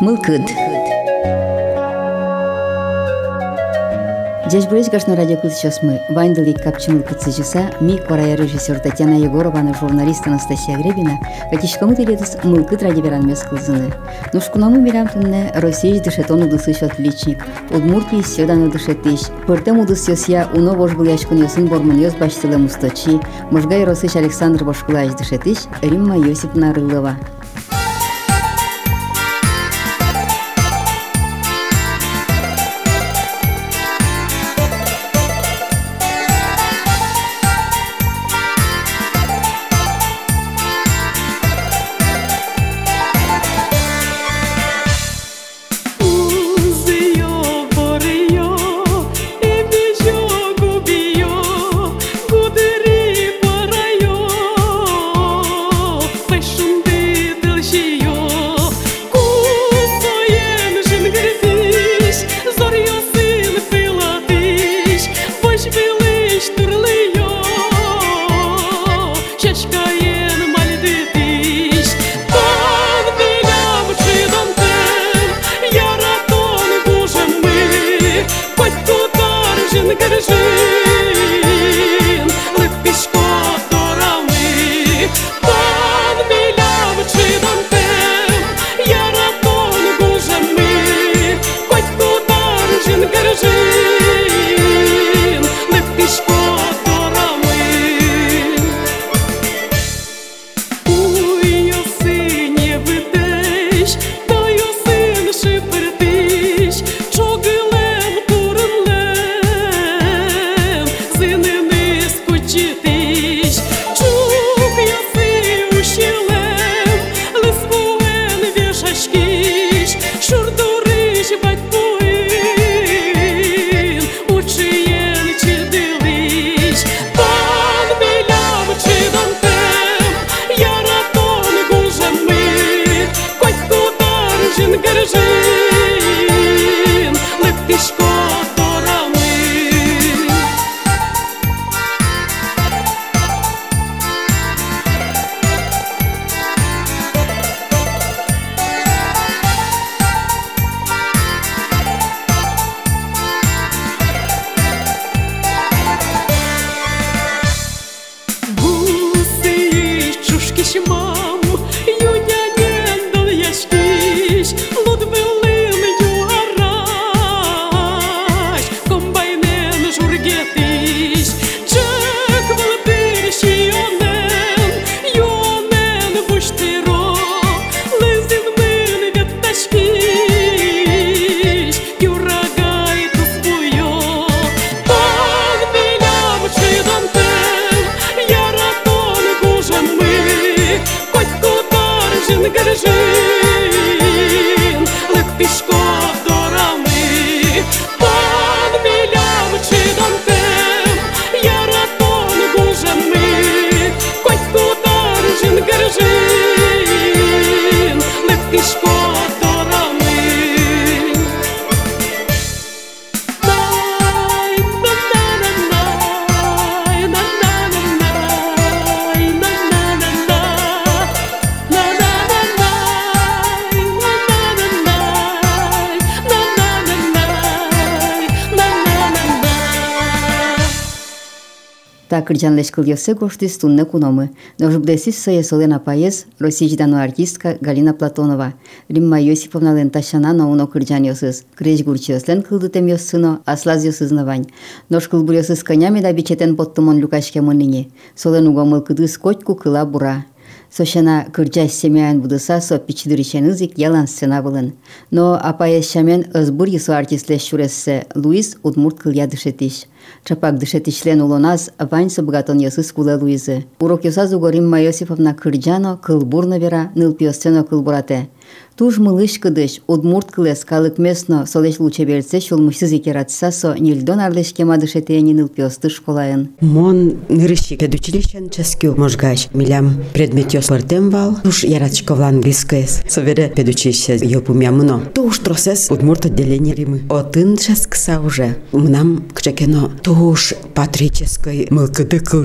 Мылкыд. Здесь брешь гашно радио сейчас мы. Вайндали капчинул кыцыжиса, ми корая режиссер Татьяна Егорова, журналист Анастасия Гребина, катишкаму теледус мылкыд ради веран мескылзыны. Но шкунаму мирам тунне Россия дышет он удысыш отличник. Удмуртии сёдан удышетиш. Пыртем удысёсья уно бошгыл яшкун ёсын бормын ёс баштылы мусточи. Можгай Росыш Александр бошгылаеш дышетиш. Римма Йосипна Рылова. Так кырджанлешкыл ёсе гоштис тунне куномы. Ножбдесис соесолена паез российдану артистка Галина Платонова. Римма Йосиповна лен ташана науно кырджан ёсыз. Креш гурчиос лен кылдытем ёссыно аслаз ёсызнавань. Ножкыл бур ёсыз конями да бичетен поттымон люкашке мыныне. Солен угомыл кыдыс котьку кыла бура. Сошана кырджай семян будыса со пичдыричен ызик ялан сцена былын. Но апаез шамен ызбур ёсо артистлеш шурессе Луиз удмурт кылья дышетиш. Чапак дышетичлен улоназ ваньсы богатон ёсыз куле Луизы. Урок ёсазу Римма Йосиповна кырджано кылбурно вера нылпиосцено кылбурате. Туж мылыш кыдыш удмурт кылес калык местно солеш луче берце шулмышсыз икератса со нильдон арлешке мадышетеяни нылпиосты школайын. Мон нырыщи педучилищен ческю можгач милям предмет ёслартем вал. Туж яратчков английскоес. Совере педучилище ёпумямыно. Туж тросес удмурт отделение Римы. Отын ческса уже. Мнам кчекено туж патрической мылкыды кылдис.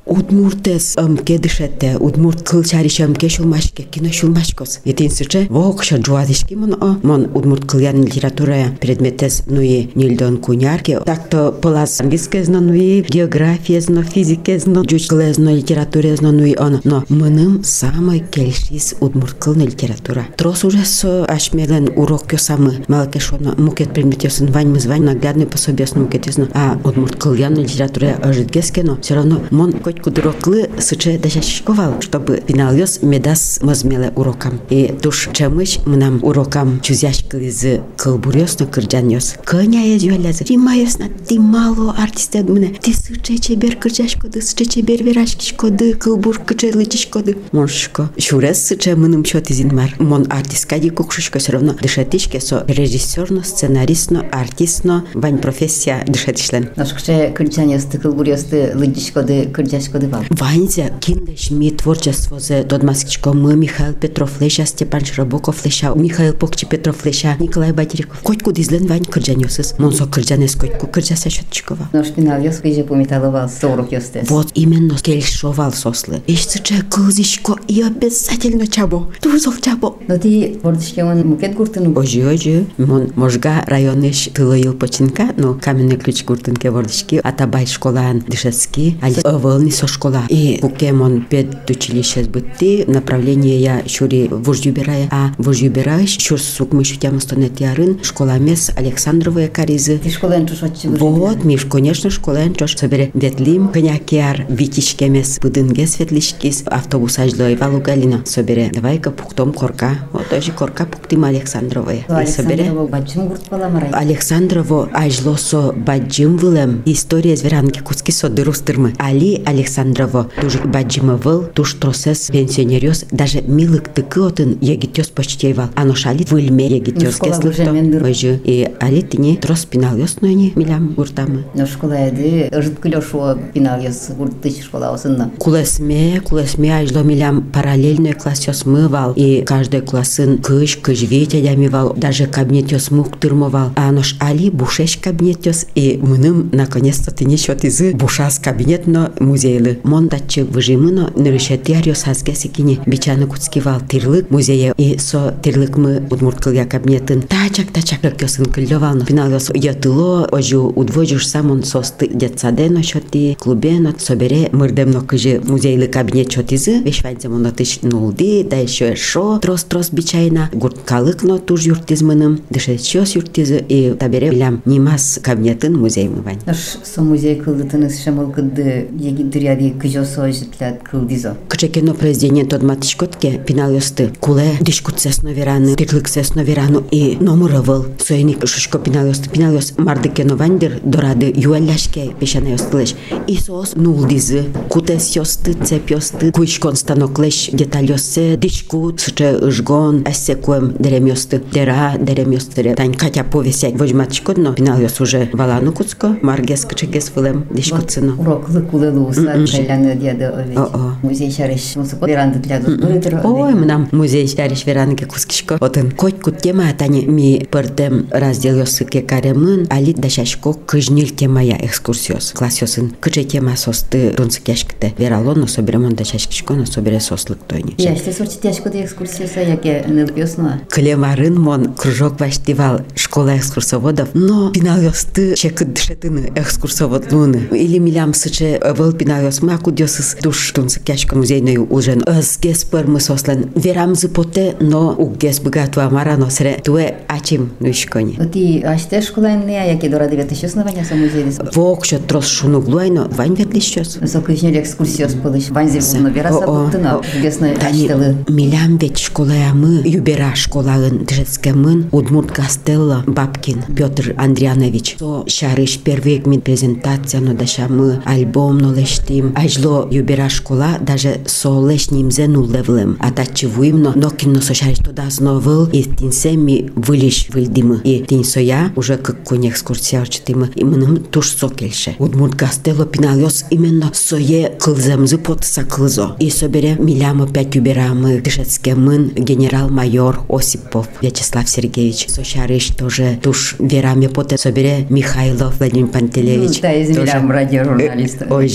удмуртес ке дышете, удмурт кылчариш ке шулмашке, кино шулмашкос. Етинсиче вокша джуадишки мон удмурт кыльян литература предметес нуи нильдон кунярке. Так-то полас английское зно нуи, география зно, физика зно, джучкле зно, литература зно нуи он. Но мыным самой кельшис удмурт кыльна литература. Трос уже со ашмелен урок кёсамы. Малакешоно мукет предметёсын вань мы звань наглядный пособие с мукетезно. А удмурт кыльян литература ожидгескено. Все равно мон хоть кудроклы сыче дашашковал, чтобы финалёс медас мазмеле урокам. И туш чемыш мнам урокам чузяшкали из кылбурёсно кырджанёс. Коня езюэлязы. Римаёс на ты мало артистед мне. Ты сыче чебер кырджашкоды, сыче чебер верашкишкоды, кылбур кычелычишкоды. Моншко. Шурес сыче мыным счёт изинмар. Мон артисткади кукшишко все равно дышатишке со режиссёрно, сценаристно, артистно, вань профессия дышатишлен. Нашкче кырджанёсты, кылбурёсты, лыдишкоды, кырджашкоды вал. Ваньзе киндеш ми творчество зе Додмаскичко, мы Михаил Петров Леша, Степан Широбоков Леша, Михаил Покчи Петров Леша, Николай Батериков. Котку дизлен вань кырджанёсыз. Монсо кырджанес котку кырджаса счётчикова. Но шпинал же пометаловал 40 ёстес. Вот именно кельшовал сослы. Ещё кылзишко и обязательно чабо. Тузов чабо. Но ты вордышке он мукет гуртыну. Ожи. Мон можга районыш тылыйыл починка, но каменный ключ гуртынке вордышки, атабай школаан дышецки, али овылни со школа. И Покемон педучилище сбытти, направление я шури вождюбирая, а вождюбираешь, шур сукмы шутям стонет ярын, школа мес Александровая каризы. Ты школа энчуш отчи. Вот, Миш, конечно, школа энчуш. Собере ветлим, конякер, витичке мес, будынге светлишкис, автобус ажлой валугалина. Собере, давай-ка пуктом корка. Вот тоже корка пуктим Александровая. Александрово баджим гурт паламарай. Александрово ажлосо баджим вылем. История зверанки куски содырустырмы. Али Александрово туж баджима выл, туж тросес пенсионерёс, даже милык тыкы отын егитёс почтейвал. Ано шалит выльме егитёс кеслыкто. Ожи. И али тыне трос пиналёс нойни милям гуртамы. Но школа эды жит кылёшо пиналёс гуртыч школа осынна. Кулесме ажло милям параллельный классёс мывал. И каждый классын кыш ветядямивал, даже кабинетёс муктырмывал. А нош али бушеш кабинетёс. И мыным наконец-то тыне счёт изы бушас кабинетно музейлы. Мондачы выжимыно нырышетиарёс азгесикини бичаны куцкивал тирлык музея. И со тирлык мы удмурткылья кабинетін тачак рыкёсын кыльёвалны. Финалёс ятыло, ожу удвожуш самон состы детсадено счёти, клубено, собере мырдемно кыжы музейлы кабинет счёт изы. Вешваньзе монотыш нулди, да ещё шо трос бичайна. Гурткалыкно туж юртизмыным, дышечёс юртизы и табере билям нимас кабинетін музеймы вань. Аш со музей кылдытыныз шамал кыдды егиддыряди кыжосо житлят кылдизо. Кычекено президент Тодматышкотке пиналёсты куле дишкутсесно вераны, тирлыксесно верану и номыровыл. Соеник шушко пиналёс мардыкено вандыр дорады юэлляшке пешанайостылыш. И соос нулдизы, кутес ёсты, цеп ёсты, куйшкон станоклеш деталёссе, дишкут, сыче ыжгон, эссекуем деремёсты, деремёсты. Тань Катя повесять возьматышкотно пиналёс уже валану куцко, маргес кычегес вылем дишкутсыно. Уроклы кулелу услад шайляны дяды овечь. Музей шариш, мусуко веранды для дурытыр. Ой, мнам музей шариш веранды кускишко. Отын котку тема тани ми пырдем раздел ёсы кекаремын, али дашашко кыжнил темая экскурсиос. Класс ёсын кыче тема состы тунцы кешкте. Вералоно соберемон дашашкишко, но собере сослык тойни. Я что сорти тяжко де экскурсиоса, яке нылпёсно. Клемарын мон кружок фестивал школа экскурсоводов, но пиналёсты чекыт дышетыны экскурсоводлуны. Или милям сыче выл пиналёс маку дёсыз душ тунцы кешко музейную ужен. Гес пырмы сослен верамзы поте, но угес богату амарано сре туе ачим нуишкони. Ти аште школайны, яке дорады ветлищёс ваня со музейдис. Вокшо трос шунуглойно вань ветлищёс. Со кыжнил экскурсиос пылыш ваньзе вулны вераса буттына. Гесны аштылы. Милям ведь школаямы юбера школалын дышецкемын Удмурт Кастелло Бабкин Петр Андрианович. То шарыш первый мин презентация, но дашамы альбом но лештим. Ажло юбера школа даже со лешнимзе нулевлем. А тачевуим но кино со шарыш туда зновыл и тинсеми вылиш выльдимы. И тинсоя уже как конь экскурсия учтимы. И мыным туш сокельше. Удмурт Кастелло пиналёс именно сое кылземзы потса кылзо. И собере милям опять юберамы дышецкемын генерал-майор Осипов Вячеслав Сергеевич. Со шарыш тоже туш верами поте собере Михайлов Владимир Пантелеевич. Да, из милям радиожурналиста. Ожи.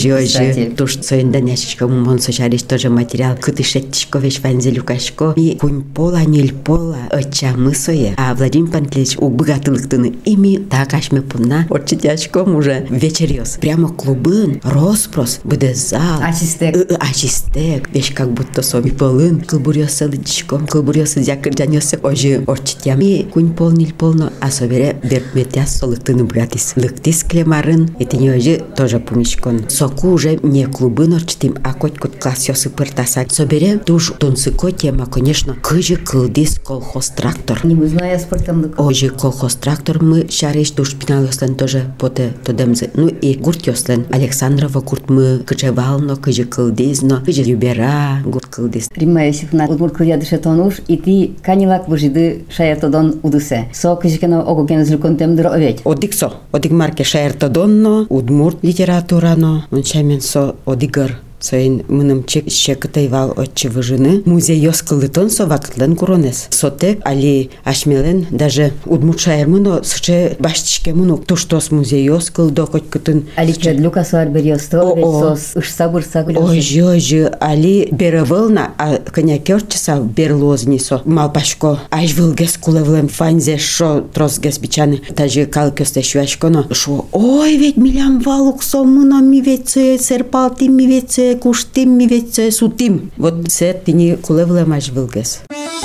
преподаватель. Туш соендан яшечка мон сочариш тоже материал. Кытышеттишко веш ванзелюкашко. Ми кунь пола, ниль пола, очамы сое. А Владимир Пантлевич убыгатылыктыны ими так ашме пунна. Отчетячком уже вечерёс. Прямо клубын, роспрос, буде зал. Ачистек. Веш как будто соми полын. Кылбурёсы лыдичком, кылбурёсы дякырдянёсы. Ожи орчитям. И кунь пол, ниль полно. А собере берметяс солыктыны братис. Лыктис клемарын. Это не ожи тоже пумишкон. Соку уже не клубын орчитим, а коть-коть класс ёсы пыртасак. Собере душ тонсыко тема, конечно, кыжы кылдис колхоз-трактор. Не знаю спортом. Ожи колхоз-трактор мы шариш душ пинал ёслен тоже поте тодемзе. Ну и гурт ёслен. Александрова гурт мы кыжевално, кыжы кылдизно, кыжы юбера, гурт кылдис. Римма Йосифовна, удмурт кырядыше тонуш, и ты канилак выжиды шаяртодон удусе. Со кыжыкена огоген злюконтемдыр овет. Одиксо, одик марке шаяртодонно, удмурт литературано, он чамен со одигар. Соин мынымчик щекытайвал отче выжины. Музей ёскылытон соваклен куронес. Сотек али ашмелен даже удмуртшайыр мыно сыче баштичке мыно туштос музей ёскыл докоть кытын. Али чедлюка суар берёсто, сос ышса-бурса гулёсы. Ой-ой-ой, али берывылна, а коньякёрчеса берлознисо. Малпашко аж вылгес кулевлем фанзе шо тросгес бичаны. Тажи калкёсте шуашконо. Шо, ой, ведь милям валуксо мыно ми веце, серпалти ми веце, куштим ми веце, сутим. Вот се тини кулевлем аж вылгес.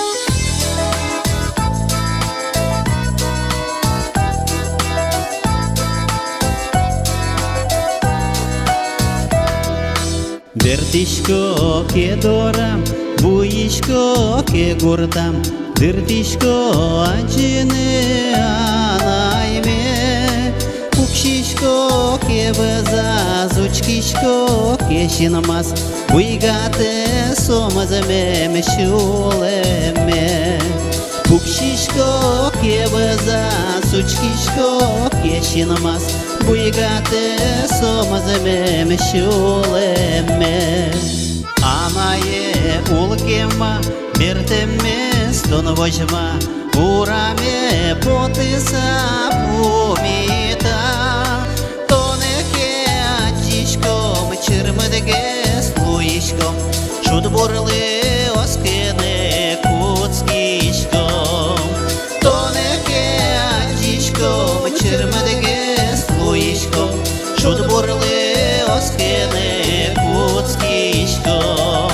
Дертишко кедорам, буишко кегурдам, дертишко анчины анайме, пукшишко кебеза, зучкишко кешинамас, буйгате сомаземе мешулеме. Пукшишко кебеза, зучкишко кешинамас, буйгате сомаземе мешулеме. Анае улкема, бертеме стонвожма, ураме потыса пумита. Тонеке ачишком, чырмыдыге слуишком, шудбурлы оскене куцкишком. Тонеке ачишком, чырмыдыге слуишком, шудбурлы оскене куцкишком.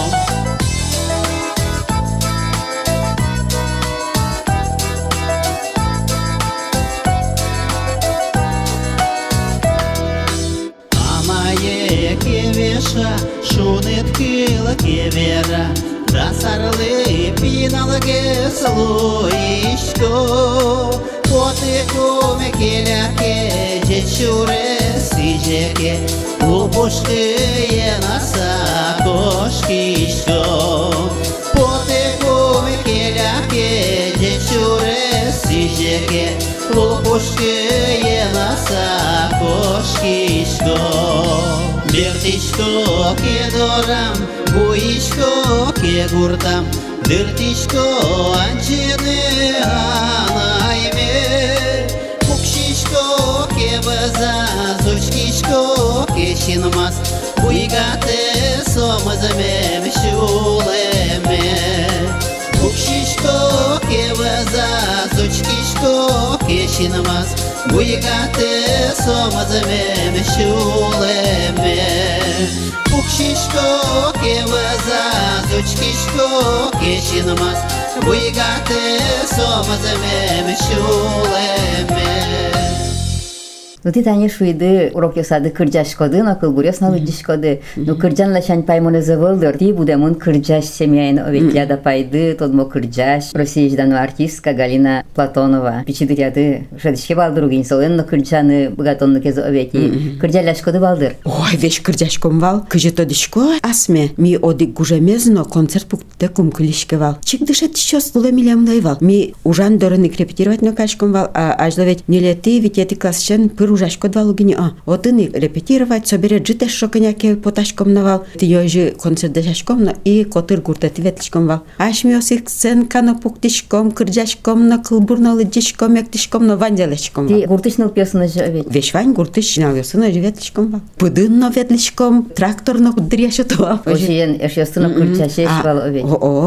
Амае кевеша, шунет кыла кевера, дасарлы пиналге слуишко. Потыкуме келяке, жечуре сижеке, лупушкые наса кошкишко. Потыкуме келяке, жечуре сижеке, лупушкие наса кошкишко. Бертишко кедорам, буишко кегурдам, дыртишко анчины анайме. Пукшишко кебеза, зучкишко кешинмас, буйгате сомаземе мешулеме. Пукшишко кебеза, зучкишко кешинмас, буйгате сомаземе мешулеме. Пукшишко кебеза, зучкишко кешинмас, буйгате сомаземе мешулеме. Ну ты тани шуйды урок ясады кырджашкоды, но кылбурёс налыдишкоды. Ну кырджанла шань паймоны завылдыр. Ти будемун кырджаш семьяйны оветляда пайды, тодмо кырджаш. Россияданы артистка Галина Платонова. Пичидыряды шадышке балдыру гейн солен, но кырджаны богатонны кезу овети. Кырджаляшкоды балдыр. Ой, веш кырджашком вал. Кыжетодышко асме. Ми одик гужемезно концерт пукте кум кылишке вал. Чик дышет щас лула милям лайвал. Ми ужан дорыны репетировать на качком вал, а ажда ведь не лети, ведь эти классчен пыру дружашко двалугини, отын репетировать, соберет житеш шоконяке поташком навал, тиёжи концерт дешашком, и котыр гуртати ветлишком вал. Ашмиос их сценка на пуктишком, кырджашком, на кылбурналы дишком, яктишком, на ванделешком вал. Ти гуртышныл пьесына живет. Веш вань гуртыш навесына ветлишком вал. Пыдынно ветлишком, тракторно дряшетовал. Ожиен эшёстына кырджашеш вал овет.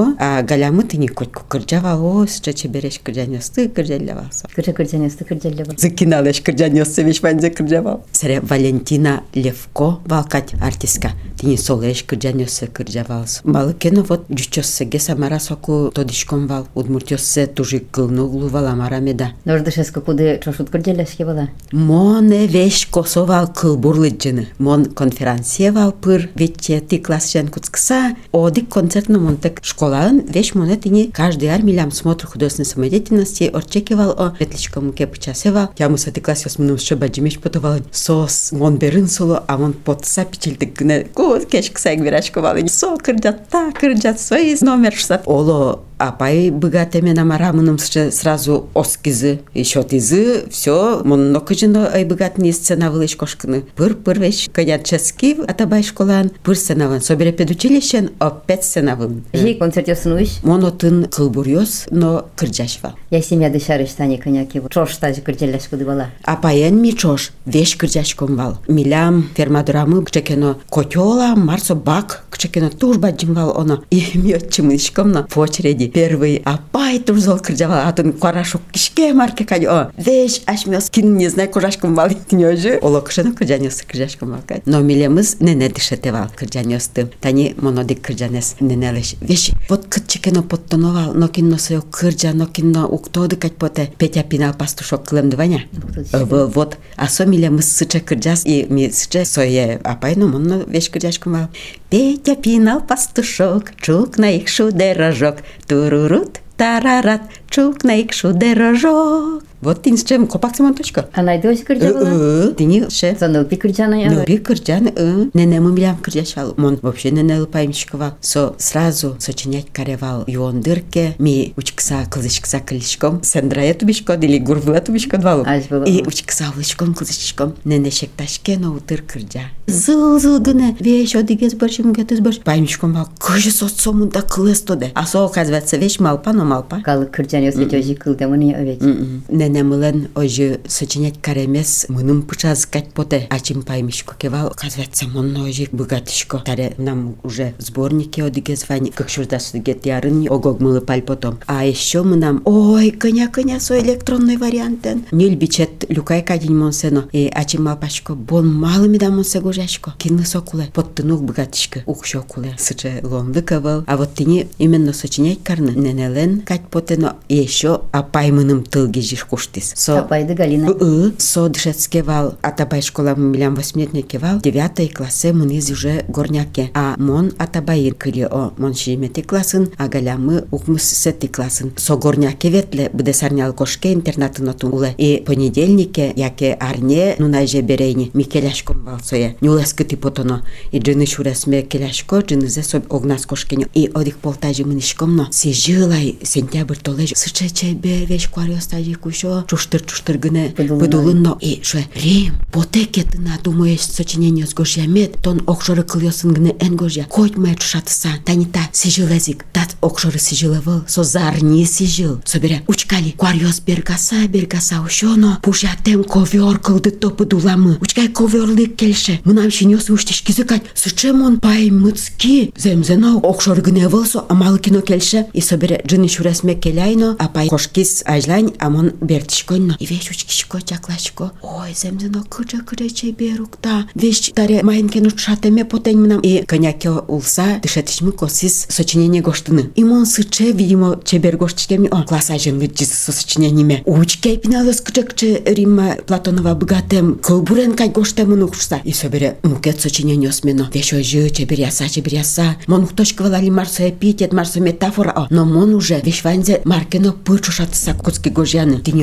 А галямы ты никотку кырджавал, счече береш кырджанёсты кырджалявался. Кырджанёсты кырджалявал. Закиналеш кырджанёсты веш вань закырджавал. Сре Валентина Левко валкать артистка. Ты не солеш кырджанёсы кырджавалс. Малыкено вот дючёссеге самара соку тодишком вал. Удмуртёссе тужи кылнуглу вала марамеда. Нождышеска куды чошут кырджаляшке вала. Моне веш косовал кылбурлыджыны. Мон конференция вал пыр вече ты класс жен куцкса. Одик концертно монтек школаын веш монетини каждый армилям смотр художественной самодеятельности орчекивал о ветличкому кепчасевал. Я муса ты класс осмыным шабаджимеш потовал. Сос мон берын соло, а мон подса печельдик гне. Куд кешкса игвирашковал. Со кырджат свои номер 60. Оло апай богатыми намарамыным сразу оскизы, еще тизы, все, монокожино ай богатные сцена вылыш кошканы. Пыр вещь, конячески, атабай школан, пыр сценаван. Собере педучилищен, опять сценаван. Жи концерт ёсынуиш? Монотын кылбурьёс, но кырджашвал. Я семья дышарыш тани коняки. Чош тажи кырджаляшку дывала. Апаен ми чош, вещь кырджашком вал. Милям, фермадурамы, кчекено котёла, марсо бак, кчекено туж баджимвал оно. И ми отчимышком на по очереди. Первый апай турзол кырджавал, атын карашок кишке марке кадё. Вещь ашмёс кин не знаю курашком вал тнёжи. Оло кышено кырджанёс кырджашком вал. Но милемыз нене дышетевал кырджанёсты. Тани монодик кырджанес ненелеш. Вещь вот кчекено подтоновал, но кинно сео кырджа, но кинно уктоды кать поте. Петя пинал пастушок клемдваня. Вот, а со милемыз сыче кырджас и ми сыче сое апай, но монно вещь кырджашком вал. Петя пинал пастушок, чук на их шудерожок. Турурут, тарарат, чук на их шудерожок. Вот ты с чем копак самон точка. А найдёшь кырджавала? Ты не ше. За нылпи кырджана я. Нылпи кырджана, нене мы милям кырджашвал. Мон вообще нене лпаимщиковал. Со сразу сочинять каревал юондырке. Ми учкса кылышкса кылышком. Сендрая тубишко, или гурвыла тубишко двалу. И учкса улышком кылышком. Нене шекташке, но утыр кырджа. Зыл гыне. Вещь одигез борщим гетез борщ. Паимщиком вал. Кыжы соцсому да кылыс тоде. А со оказывается вещь малпа, но малпа. Калы кырджанёс ведь ожи кылдамыны овет. Ненемылен ожи сочинять каремес мыным пычазкать поте. А чем паймишко кевал, оказывается, монно ожи богатышко. Таре нам уже сборники одиге звани, как шурдас гетярын, огогмылы паль потом. А еще мы нам, ой, коня, со электронный вариантен. Нильбичет люкай кадень монсено. И а чем малпашко, бон малыми да монсе гожашко. Кинны сокуле, подтынук богатышко. Ухшокуле, сыче лом выковал. А вот тени именно сочинять карны. Ненелен кать поте, но еще апаймыным тылгижишко. Апайды Галина. Со дышецке вал, атабай школа милям 8-летний вал, 9 классе мыниз уже горняке. А мон атабайын кыли о мон 6 классын, а галямы укмыс 7 классын. Со горняке ветле буде сарнял кошке интернатын отуле. И понедельнике, яке арне, нунайже берейни, ми келяшком вал соя. Нюлески типотоно. И джины шуресме келяшко, джины зе огнас кошкеню. И одих полтажи мынишком, но си жилай сентябрь толеж. Сычече бе вещь кварио стажи кушо. Чуштыр гыне выдулынно. И шо Рим, потеке ты надумаешь сочинение с гожьямет, тон окшоры кыльосын гыне эн гожья. Хоть мэ чушатыса, танита сижилезик, тат окшоры сижилевыл, со зарни сижил. Собере учкали, квариос бергаса ушоно, пушатем ковер кылды топы дуламы. Учкай коверлык кельше, мынам шинёсы уштишки зыкать, сычем он паймыцки. Земзено окшоры гыне вылсо, амалы кино кельше. И собере джины шуресме келяйно, а пай кошкис ажлань, амон бертишкойно. И вещь учкишко чаклашко. Ой, земзено кыджа чей берукта. Вещь таре майнкену шатеме потень нам. И конякё улса дышетишмы косис сочинение гоштыны. И мон сыче, видимо, чебер гоштичкеми. О, класс ажен выджис со сочинениями. Учкей пиналос кыджа Рима Платонова богатем. Кылбурен кай гоштемын укшса. И собере мукет сочинение смено. Вещь ожи чеберяса. Мон хточка валали марсо эпитет, марсо метафора. Но мон уже вещь ванзе маркено пырчу шатыса куцки гожьяны. Тиньо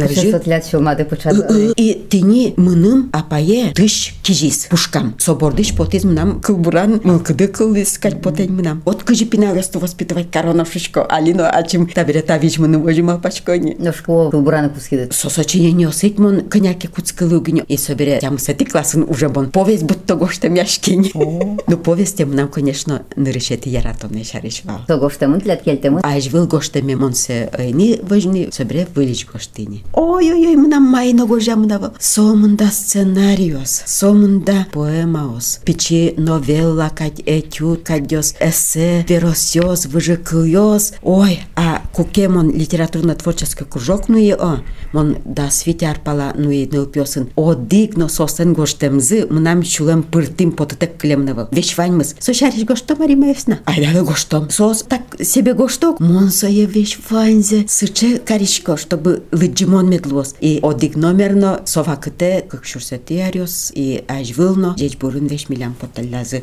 лежит. Сотлят шумады пучат. И тени мыным апае тыш кижис пушкам. Собордыш потез мынам кылбуран мылкыды кыл искать потень мынам. От кыжи пиналесту воспитывать коронавшишко. Алино ачим табире тавич мыным ожима пачкони. Но школа кылбураны кускидет. Сосочинение осетьмон коняки куцкылыгнё. И собере тям сети классын уже бон повесть будто гоштем яшкини. Ну повесть мынам, конечно, нырышети яратоне шаришвал. То гоштемын тлят келтемын. Аж выл гоштеме монсе ни важны собере вылич гоштини. Ой-ой-ой, мынам майно гожа мынавал. Сомында сценариос, сомында поэмаос. Пичи новелла кать этюд, кадёс эссе, веросёс, выжикылёс. Ой, а кукемон литературно-творческий кружок ну и мон да свитяр пала ну и нылпёсын. О дигно состен гоштемзы, мынам чулем пыртым потытек клемневал. Вещь ваньмыз. Сошариш гоштом аримаевсна. Айда гоштом. Сос так себе гошток. Мон сое вещь ваньзе. Сыче каришко, чтобы лыджимон медлос. И одиг номерно совакыте, как шурсетиариос, и аж вылно, жеч бурын вещь милям поталязы.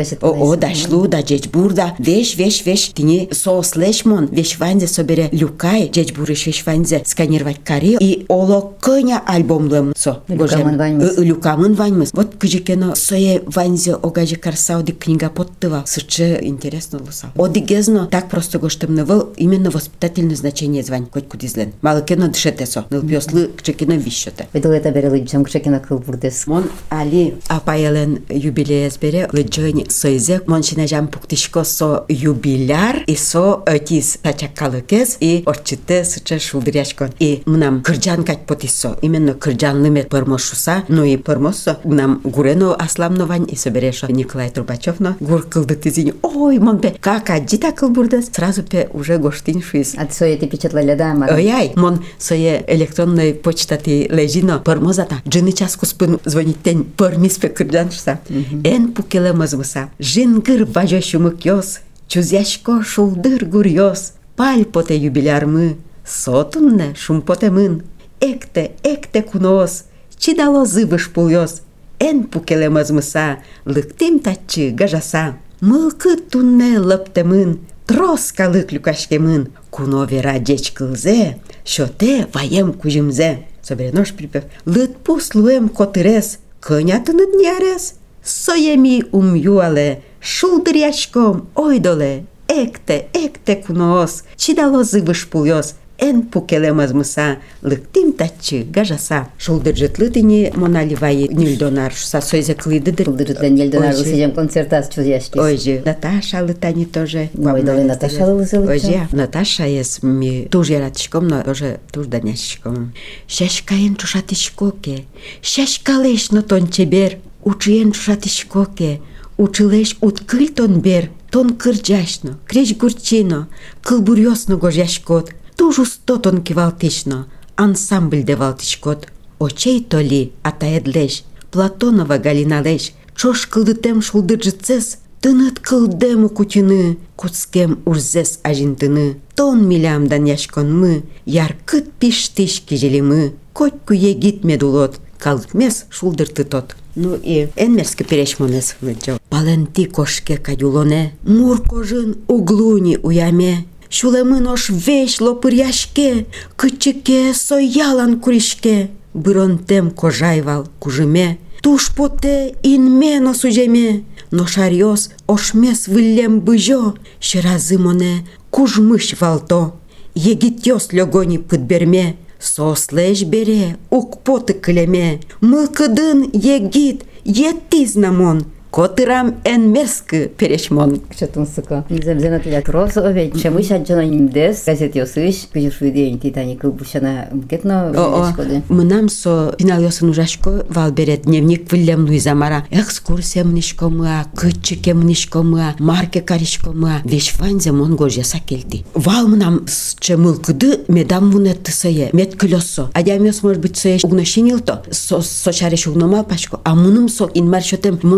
О, дашлу, да жеч бурда. Вещь. Тини сослеш мон, вещь ваньзе собере люкай, жеч бурыш вещь ваньзе сканировать кари. И олоконя альбомлым со. Люкамын ваньмыз. Вот кыжикено сое ваньзе огаже карсауди книга подтывал. Сыче интересно лусал. Одигезно так просто гоштемнывал именно воспитательное значение звань, хоть кудизлен. Малыкено дышетесо. Нылпёслы кчекено вишёте. Видел это бере лыджам кчекено кылбурдес. Мон али апаелен юбилеес бере лыджони сойзек. Мон шинажам пуктишко со юбиляр и со отис тачаккалыкез и орчите сыче шулдыряшкон. И мнам кырджан кать потисо. Именно кырджанлымет пырмошуса. Ну и пырмоссо. Мнам гурено асламно вань и соберешо. Николай Трубачевно гур кылдытызини. Ой, мон пе как аджита кылбурдес. Сразу пе уже гоштин шуиз. А сое ты печатлали, да, Мара? Ой, мон сое электронной почтати лежино пырмозата. Джины часку спын звонить тень пырмис пе кырджаншса. Эн пукелемызмыса. Жингыр важошумык ёс. Чузяшко шулдыр гурьёс. Паль поте юбилярмы. Сотунне шумпоте мын. Экте кунос. Чидало зыбыш пулёс. Эн пукелемызмыса. Лыктим татчы гажаса. Мылкы тунне лыптемын. Троскалык люкашкемын. Куно вера деч кылзе. Шоте ваем кужимзе. Соберенош припев. Лытпус луем котырес. Кынятыныт нярес. Соеми умюале. Шулдыряшком ойдоле. Экте кунос. Чидало зыбыш пулёс. Эн пукелемазмыса, лыктим татчы гажаса. Шулдыржытлытыне моналивай нильдонаршуса сойзе клыдыдыр. Шулдыржытлы нильдонар усидем концертас чудяшки. Ойже, Наташа лытани тоже. Ойдолы Наташа лысылыча. Ойже, Наташа ес ми туж яратышком, но тоже туж даняшком. Шашкаен чушатышкоке, шашкалеш но тон чебер, учиен чушатышкоке, училеш уткыль тон бер, тон кырджашно, креш гурчино, кылбурьосно гожяшкот. Тужус тотон кивалтишно, ансамбль девалтишкот. Очей толи атаедлеш, Платонова галиналеш, чош кылдытем шулдыржыцес, тыныт кылдему кутюны, куцкем урзес ажинтыны. Тон милямдан яшконмы, яркыт пиштиш кижелимы, котку егит медулот, калдмес шулдырты тот. Ну и энмерске перешмонес лыджо. Паленти кошке кадюлоне, муркожын углуни уяме. Шулемын ош веш лопыряшке, кычыке соялан куришке. Быронтем кожайвал кужыме, туш поте инмено сужеме. Но шарьос ошмес вылем быжо, шыразы моне кужмыш валто. Егитёс лёгони пытберме, сослеш бере, укпоты клеме. Мылкыдын егит, етизнамон. Котырам энмерскы перешмон. Что-то сука. Незабзена тля трос овет. Чему шаджана нимдес. Газет ёсыш. Кыжыш видео титани кылбушана мкетно шкоды. Мынам со финал ёсын ужашко валберет дневник вылем Луизамара. Экскурсия мнишко мыа, кытчыке мнишко мыа, марке каришко мыа. Веш ванзе монго жаса келти. Вал мынам че мылкыды медам вунет тысые. Мед кылёсо. Адямёс может быть соеш угношинил то. Со шареш угномал пашко. А муным со инмар шотем мун со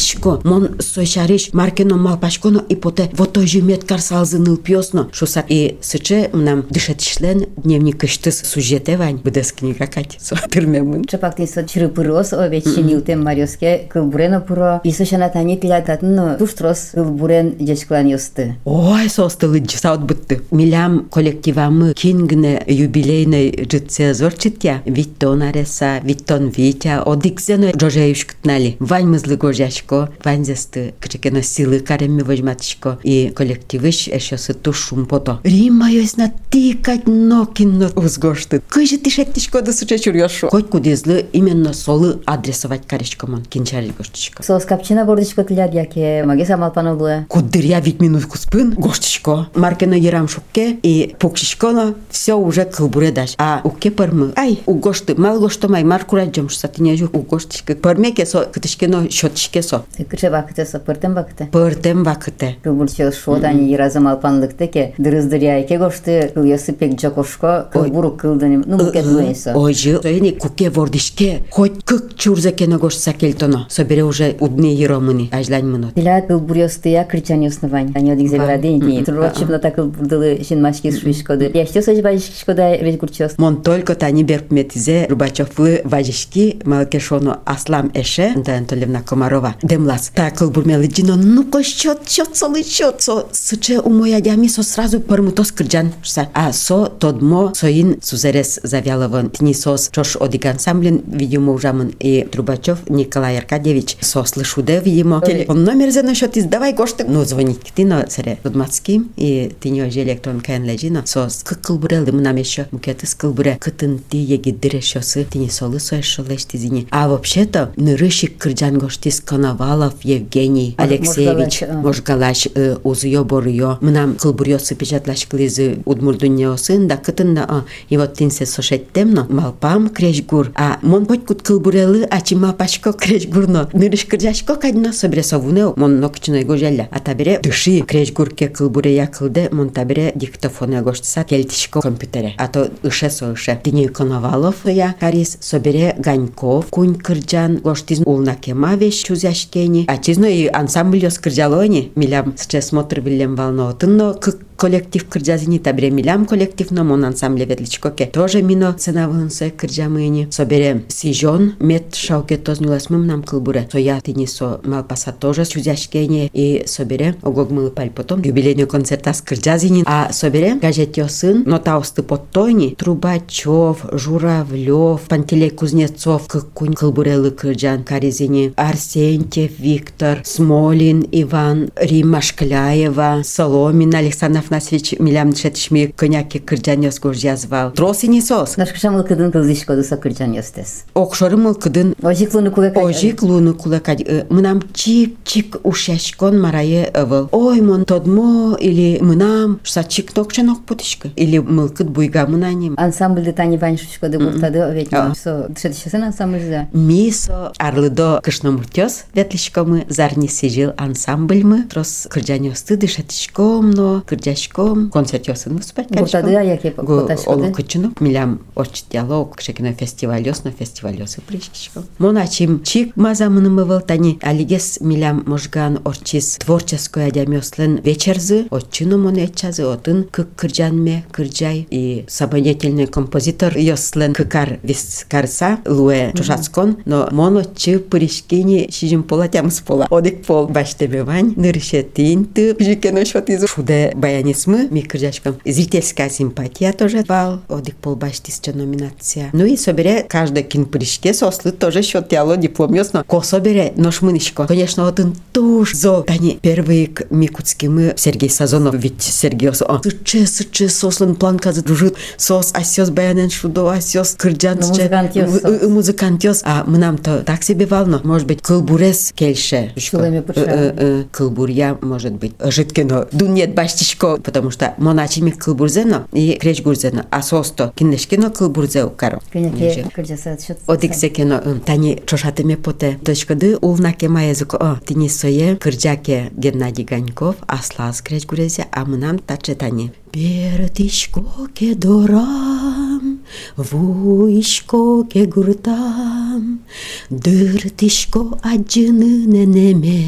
ветлишко. Мон сойшариш маркено малпашконо и поте вот той же меткар салзыныл пьосно. Шуса и сыче нам дышатишлен дневник кыштыс сюжете вань. Быдес книга кать. Со тырмемын. Чапактин со чирыпырос овечинилтем Мариоске кылбурено пуро. Исошанатани пилататын туштрос кылбурен дечклан ёсты. Ой, состылы саут бытты. Милям коллективамы кингне юбилейной житсе зорчитя. Виттон ареса, виттон витя. Одикзено жожеюшкытнали. Вань мызлы гожашко. Вань зесты кычекено силы каремми возьматышко. И коллективыш эшёсы тушум пото. Римма ёсна тикать нокинно узгошты. Кыжы тишеттишко да суча чурьёшо. Хоть кудезлы именно солы адресовать карешкомон. Кинчарил гоштышко. Сос капчина бордышко тляд яке магеса малпаноблы. Кудыря ведь минут куспын гоштышко. Маркено ерам шукке и пукшишконо все уже кылбуре даш. А уке пармы. Ай, угошты, мал гоштомай маркураджам шсатиняжу угоштышко. Пармеке со кытышкено шотышке со. Кыче вакыте со пыртем вакыте. Пыртем вакыте. Кылбурчо шодани еразы малпанлыктеке дырыздыряйке гошты кыльёсы пек жокошко кылбуру кылдыным. Ну буке дуэнсо. Ой жил. Соени куке вордышке. Хоть кык чурзекено гошса кельтоно. Собере уже удне еромыни. Ажлань мынот. Пила кылбурёстыя кричанёсны вань. Они одикзе верадени. Трочибно так кылбурдылы шинмашки швишкоды. Я что сож бажишкода ведь курчос. Мон только тани берпметизе Рубачёвлы важишки малкешоно аслам эше Антонина Анатольевна Комарова. Демлас. Так кылбурмелы джино ну-ка счёт солы счёт со сыче у моя дями со сразу пармутос кырджан шса. А со тодмо соин сузерес завялован тнисос чош одик ансамблен видимо ужамын и Трубачёв Николай Аркадьевич со слышуде видимо. Телефон номер за насчёт издавай гошты. Ну звонить тино сере Рудмацкий и тиньо же электрон кэн лежино со кылбурелы мынам ещё мукеты кылбуре кытын ти егиддире шосы тини солы соешолеш тизини. А вообще-то нырышик кырджан гоштис Коновалов Евгений Алексеевич Можгалаш узыё борыё мынам кылбурёсы печатлаш кылызы удмурдуньёсын да кытынна и вот тинсе сошеттемно малпам крешгур а мон хоть кут кылбурелы ачима пашко крешгурно нырыш кырджашко кадно собере совунео мон нокчиной гожелля а табере дыши крешгурке кылбуре якылде мон табере диктофоне гоштса келтишко компьютере а то ыше со ыше тини Коновалов я Харис собере Ганьков кунь кырджан гоштиз улнакема вещь чузяшкени а чизно и ансамбль скырджалони милям сейчас смотр вилем волнотынно коллектив кырджазини табере милям коллектив но мон ансамбле ветличкоке тоже мино ценавынсе кырджамыни собере сижон мет шауке тознюласмым нам кылбуре со я тини со малпаса тоже чузяшкени и собере огогмылы паль потом юбилейный концерта с кырджазини а собере газетёсын но таусты подтойни Трубачёв Журавлёв Пантелей Кузнецов кунь кылбурелы кырджан каризини Арсентьев Виктор Смолин Иван Римма Шкляева Соломин Александр Афанасьевич милям дшетишми коняки кырджанёс гожьязвал тросини сос Нашкашамыл кыдын кылдышкоды со кырджанёстес. Окшорымыл кыдын Ожиклуны кулакать мынам чик ушашкон марае ывыл ой мон тодмо или мынам шсачик нокчанок путышкы или мылкыт буйга мынаним ансамбльды тани ваншушкоды буртады ведь со дшетишесен ансамбльза. Мисо арлыдо кышномуртёс ветлишкомы зарни сижил ансамбльмы трос кырджанёсты дышатишкомно кырджашком концертёсын выступать буртады яке поташкоды. Ол кычынок милям очтялок кшекино фестивалёс на фестивалёсы пришкишко. Моначим чик мазамынымы выл тани алигес милям можган орчис творческое адямёслен вечерзы отчину монетчазы отын кырджанме кырджай и самодеятельный композитор ёслен кыкар вискарса луэ чушацкон но моночы пришкини шижим полатямс пола одик пол баштемевань ныршетин ты жикено шот из шуде баянисмы ми кырджашком зрительская симпатия тоже вал одик пол баштисча номинация. Ну и собере каждый кин пришке сослы тоже счет тяло диплом ёсно ко собере ношмынышко конечно отын туш зо тани первый к микутским Сергей Сазонов ведь Сергей сыче сослын планка задружит сос асёс баянен шудо асёс кырджансче музыкантёс а мынам-то так себе вално может быть кылбурес кельше кылбурья может быть житкено дунет баштишко потому что моначими кылбурзено и крешгурзено а состо кинешкено кылбурзеу каро одиксекено тани чошатыме поте точкады улнакема языко тини сое кырджаке Геннадий Ганьков аслаз крешгурезе а мынам таче тани Бертишко ке дорам, вуишко ке гуртам, милям, дыртишко аджыны ненеме.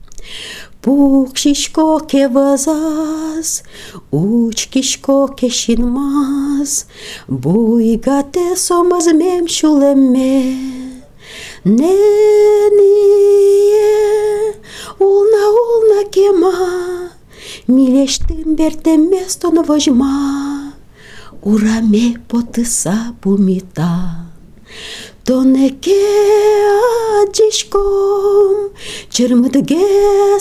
Пукшишко кевазас, учкишко кешинмаз, буйгате сомазмем шулеме. Нение, улна кема, милештым бертем место новожма, ураме потыса пумита. Тонеке аджишком, чермыдыге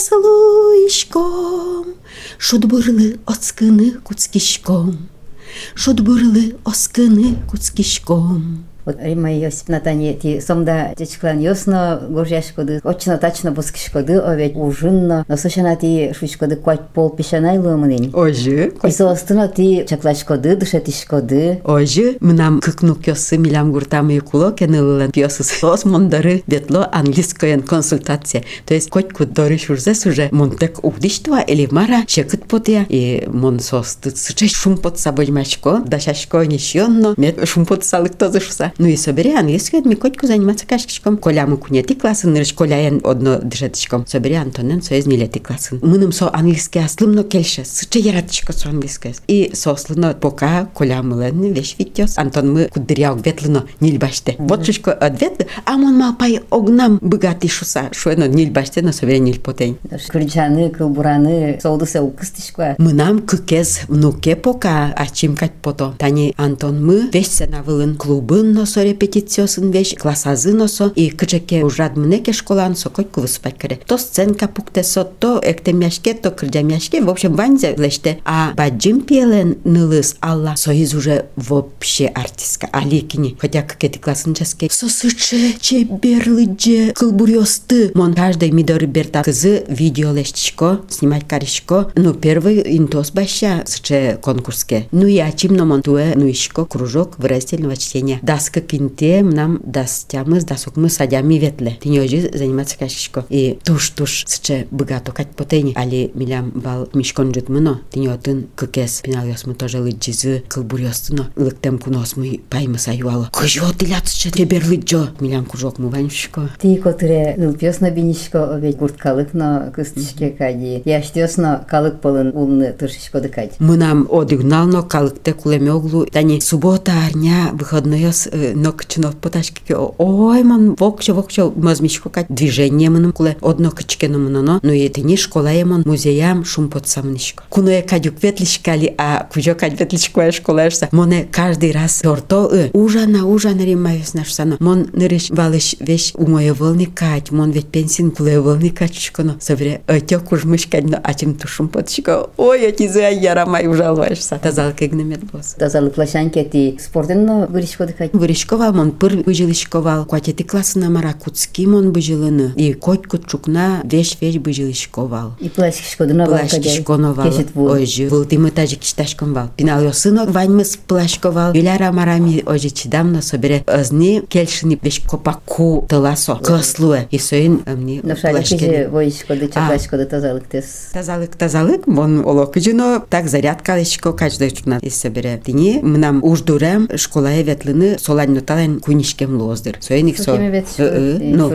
слуишком, шудбырлы оскыны куцкишком, шудбырлы оскыны куцкишком. Вот Римма Иосифовна тани ти сомда течклан ясно гожяшкоды, очно тачно боскишкоды, овет ужинно, но сушана ти шучкоды квать пол пишанайлымынень. Ожи. Исоостыно ти чаклачкоды, дышетишкоды. Ожи, мнам кыкнук ёсы милям гуртамы куло кенылылан пьёсы сос мондары ветло английскоен консультация. То есть коть куддори шурзес уже монтек угдиштва или мара шекыт потя и мон сос тут сычай шумпот сабоймачко, дашашко нищённо, мет шумпот салык тоже шуса. Ну и собери английский, ми котьку заниматься кашкичком. Коляму кунети класын, нырыш коляен одно дышетичком. Собери Антонен соез милети класын. Мыным со английский аслымно кельше, сыча яратичко со английский. И сослыно пока колямылен вещь витёс. Антон мы кудыряук ветлыно нильбаште. Вот шучко ответ, а мон малпай огнам богатый шуса. Шуэно нильбаште, но собери нильпотень. Кырджаны, кылбураны, соудыса укыстышко. Мынам кыкез внуке пока ачимкать пото. Тани Антон мы вещь сенавылын клубын носо репетициосын вещь, классазы носо, и кычеке ужрад мнеке школан со котьку выступать करे. То сценка пуктесо, то эктемяшке, то кырджамяшке, в общем, ванзе леште. А баджим пелен нылыс алла, соиз уже вообще артистка, аликини. Хотя какие-то классынческие. Сосыче, чеберлыдже, кылбурёсты. Мон каждый мидоры берта кызы видео лештичко, снимать каришко. Ну, первый интос баща, сыче конкурске. Ну, и ачимно монтуе, ну, ишко, кружок выразительного чтения. Даска кинте, нам дастямыз, дасокмы садями ветле. Ты не ожи заниматься кашишко. И туш, сыче богато кать потени. Али милям бал мишкон житмыно. Ты не отын кыкес. Пинал ясмы тоже лыджизы, кылбурёстыно. Лыктем куносмы паймы саюало. Кыжо тылят сыче тебер лыджо. Милям кружок мы ваншко. Ты котыре ылпёсно бинишко, овет курткалыкно кыстышке кади. Яштёсно калык полын улны тыршишко дыкать. Мы нам одыгнално калыкте кулемёглу. Тани суббота арня выходноёс нокчно поташки. Ой, ман вокчо мазмишко кать движение мыным куле одно кычкено мыноно. Ну и тени школа емон музеям шумпот самнишко. Куное кадюк ветлишкали, а кужо кадь ветлишкоя школаешься. Моне каждый раз торто ужана римаюс наш сано. Мон нырыш валыш вещь у моей волны кать. Мон ведь пенсин куле волны качконо. Совре тёк уж мышкадно, а чем ту шумпотшко. Ой, эти за ярамай ужалваешься. Тазалка игнамет босс. Тазалык лашаньке ти спортенно выришко дыкать. Выришковал мон пыр выжилишковал. Кватети классына маракутский мон выжилыны. И коть кутчукна вещь выжилишковал. И плашкишкодына плашкишконовал. Ой, же. Был ты мы тажик шташкомвал. Пинал ё сынок ваньмыс плашковал. Юляра марами ожи чидамно собере. Азни кельшини вещь копаку таласо. Класлуэ. И соин мне плашкели. Но шаликиже воишкоды чаплашкоды тазалык тес. Тазалык мон олокыжино так зарядкалышко каждый чукна. И собере. Тини нам уждурем школае ветлыны соланьно тален кунишкем лоздыр. Соин их со. Ну,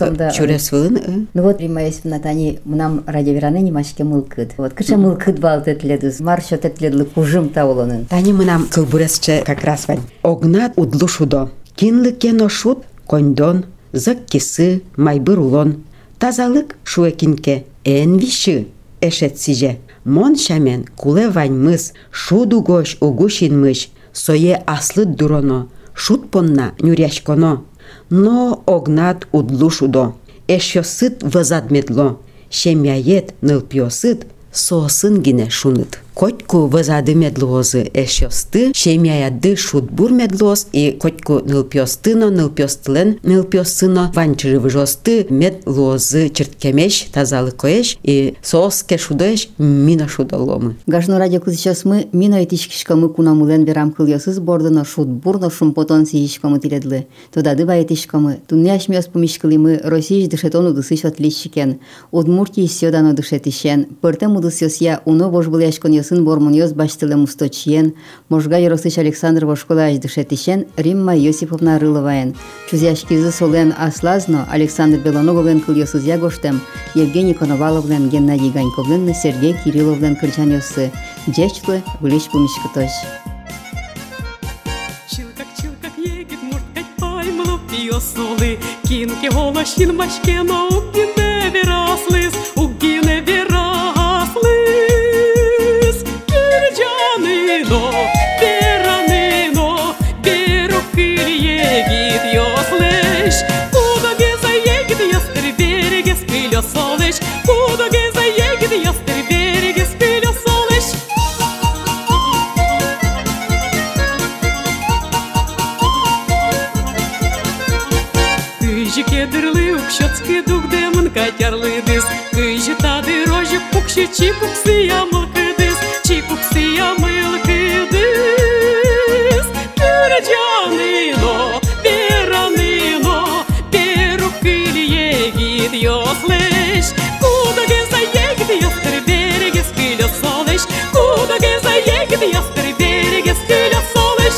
чуресвылын. Ну вот Римма Иосифовна тани нам радиовераны немашке мылкыд. Вот кыша мылкыд бал тетледус, маршо тетледлы кужым таулонын. Тани мы нам кылбуресче как раз вань. Огнат удлушудо. Кинлы кено шут, коньдон, заккисы, майбыр улон. Тазалык шуекинке, эн виши, эшет сиже. Мон шамен куле ваньмыз, шуду гош угушинмыш, сое аслыд дуроно, шут понна нюряшконо. Но огнат удлушудо. Эшёсыт вазадмедло. Шемяет нылпёсыт, сосын гине шуныт. Котьку вазады медлозы эшёсты, шемяяды шутбур медлоз, и котьку нылпёстыно, ванчыры выжосты медлозы черткемеш, тазалыкоеш, и сооске шудоеш, мина шудоломы. Гажно радио кызычос мы мина этишкишкамы кунамулен верам кыльосыз бордыно шутбурно шумпотон сижишкамы тиледлы. Тодады ба этишкамы, тунняш мёс помишкалимы Российш дышетону дысыш отличикен, Удмуртии сёдано дышетишен, пыртем удысёсья уно божбылешкон Крыжаньосын Бормуньос баштылы Мусточиен, Можга Яросыч Александр Вошкола Аjdышетишен, Римма Йосиповна Рыловаен. Чузяшкизы солен Аслазно, Александр Белоноговен кыльосыз ягоштем, Евгений Коноваловлен, Геннадий Ганьковлен, Сергей Кирилловлен Крыжаньосы. Джечлы Гулич Пумишкатош. Чилкак егет мурткать паймлу пиосолы, Кинки голошин машкено угине вераслыс, угине вераслыс. Кирджаныно, вераныно, берукили егет йослыш. Куда геза егет ястер береге спилёсолыш, Куда геза егет ястер береге спилёсолыш. Кыжы кедырлы укшёцкы дугдемын катярлыдыз, Кыжы тады рожек пукши чикуксы ямылкыдыз, Чикуксы ямылкыдыз. Кырджаныно, вераныно, берукыли егит йослыш. Куда геза егит ястыр береге спилёсолыш, Куда геза егит ястыр береге спилёсолыш.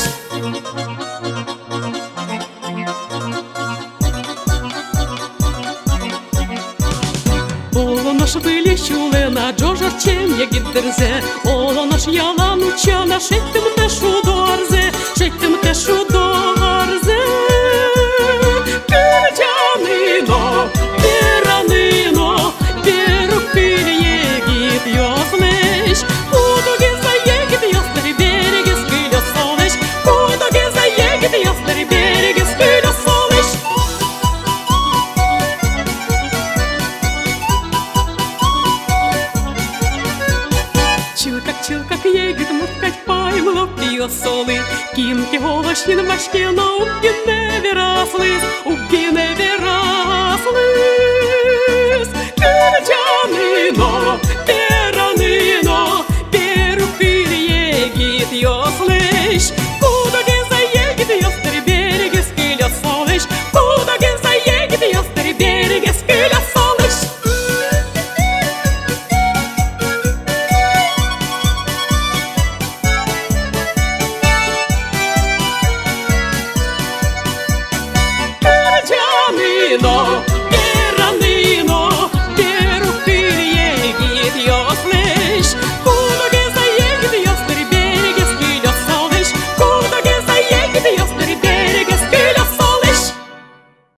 Олонош виліщулена, джожар чим є гіддерзе, Олонош ялан учана, шеттим тешу дорзе, шеттим тешу дорзе. Кирджанино, веранино, берукили єгід йослиш, Куда геза єгід ястер береги спилёсолиш, Куда геза єгід ястер береги спилёсолиш. Чилкак егет мурткать паймло пиосолы, Кинки голошин машкено угине вераслыс, угине вераслыс. Кырджаныно, вераныно, берукыли егит йослыш, Куда геза егит ястер береге спилёсолыш, Куда геза егит ястер береге спилёсолыш. Кырджаныно,